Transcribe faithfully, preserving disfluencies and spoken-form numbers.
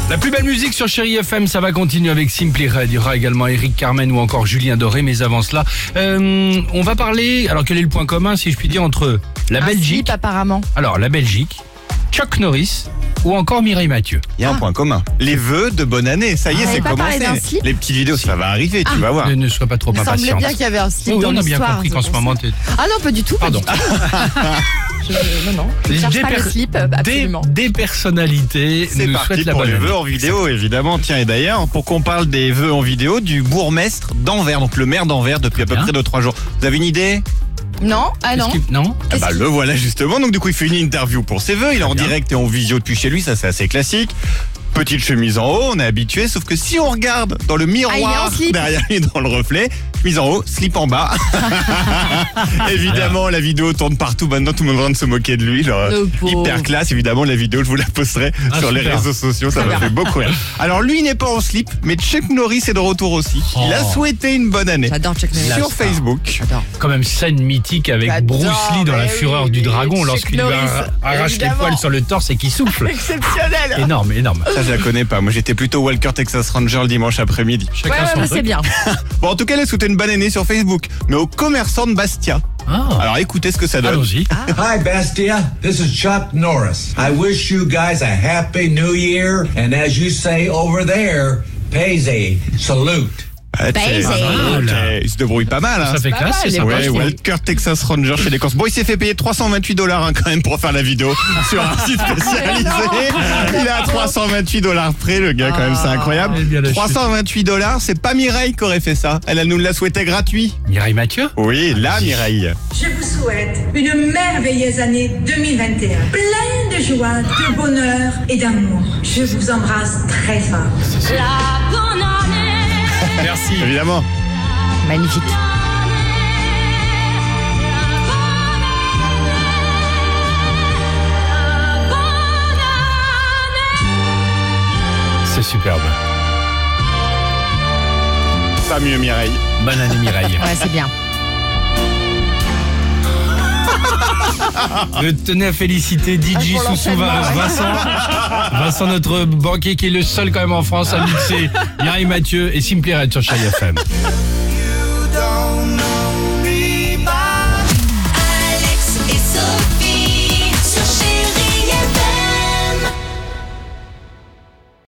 La plus belle musique sur Chérie F M, ça va continuer avec Simply Red. Il y aura également Eric Carmen ou encore Julien Doré, mais avant cela, euh, on va parler, alors quel est le point commun, si je puis dire, entre la Un Belgique, slip, apparemment. alors la Belgique, Chuck Norris ou encore Mireille Mathieu. Il y a un Ah. point commun. Les vœux de bonne année. Ça y est, Ah, c'est on va commencé. parler d'un slip Les petites vidéos, ça va arriver, tu vas voir. Ne, ne sois pas trop Il me semblait impatiente. bien qu'il y avait un slip Oui, dans on a bien l'histoire. compris c'est qu'en ce pour moment, ça. t'es... Ah non, pas du tout. Pas Pardon. du tout. Je- non, non. Je ne cherche Des pas per- le slip, Des, absolument. des personnalités C'est nous parti souhaitent la pour bonne les année. vœux en vidéo, évidemment. Tiens, et d'ailleurs, pour qu'on parle des vœux en vidéo du bourgmestre d'Anvers, donc le maire d'Anvers depuis à peu Bien. près deux trois jours. Vous avez une idée? Non, ah non. Est-ce qu'il- Non Ah Est-ce bah qu'il- le voilà justement. Donc du coup, il fait une interview pour ses vœux. Il est en Bien. direct et en visio depuis chez lui. Ça, c'est assez classique. Petite chemise en haut, on est habitué. Sauf que si on regarde dans le Ah, il est miroir en slip. derrière lui dans le reflet, chemise en haut, slip en bas. Évidemment, la vidéo tourne partout. Maintenant, tout le monde est en train de se moquer de lui. Genre, Le pauvre. hyper classe. Évidemment, la vidéo, je vous la posterai Ah, sur les super. réseaux sociaux. Ça Très m'a bien. fait beaucoup rire. Alors lui, il n'est pas en slip, mais Chuck Norris est de retour aussi. Il a Oh. souhaité une bonne année J'adore Chuck Norris. La sur star. Facebook. J'adore. Quand même scène mythique avec J'adore, Bruce Lee dans La mais Fureur oui, du mais Dragon Chuck lorsqu'il lui Norris, arra- arrache les évidemment. poils sur le torse et qu'il souffle. Exceptionnel. Énorme, énorme. Ça, je la connais pas. Moi, j'étais plutôt Walker Texas Ranger le dimanche après-midi. Chacun Ouais, ouais, son mais truc. c'est bien. Bon, en tout cas, elle a souhaité une bonne année sur Facebook, mais aux commerçants de Bastia. Ah, Alors, écoutez ce que ça donne. allons-y. Hi, Bastia. This is Chuck Norris. I wish you guys a happy new year, and as you say over there, Paisy, salute. Ah, Baisé. c'est- Ah, ok, là. il se débrouille pas mal, hein. Ça fait pas classe, mal, c'est les sympa. Ouais, Ouais, je trouve. Walker Texas Ranger chez les Corses. Bon, il s'est fait payer trois cent vingt-huit dollars hein, quand même pour faire la vidéo sur un site spécialisé. Il est à trois cent vingt-huit dollars près, le gars, quand même, c'est incroyable. Eh bien, la chute. trois cent vingt-huit dollars, c'est pas Mireille qui aurait fait ça. Elle, elle nous l'a souhaité gratuit. Mireille Mathieu. Oui, là, Mireille. Je vous souhaite une merveilleuse année deux mille vingt et un, pleine de joie, de bonheur et d'amour. Je vous embrasse très fort. Merci. Évidemment. Magnifique. C'est superbe. Pas mieux, Mireille. Bonne année Mireille. Ouais, c'est bien. Je tenais à féliciter D J Ah, pour Soussou l'enchaînement, ouais. Vincent. Vincent, notre banquier qui est le seul quand même en France à mixer Mireille Mathieu et Simply Red sur Chérie F M.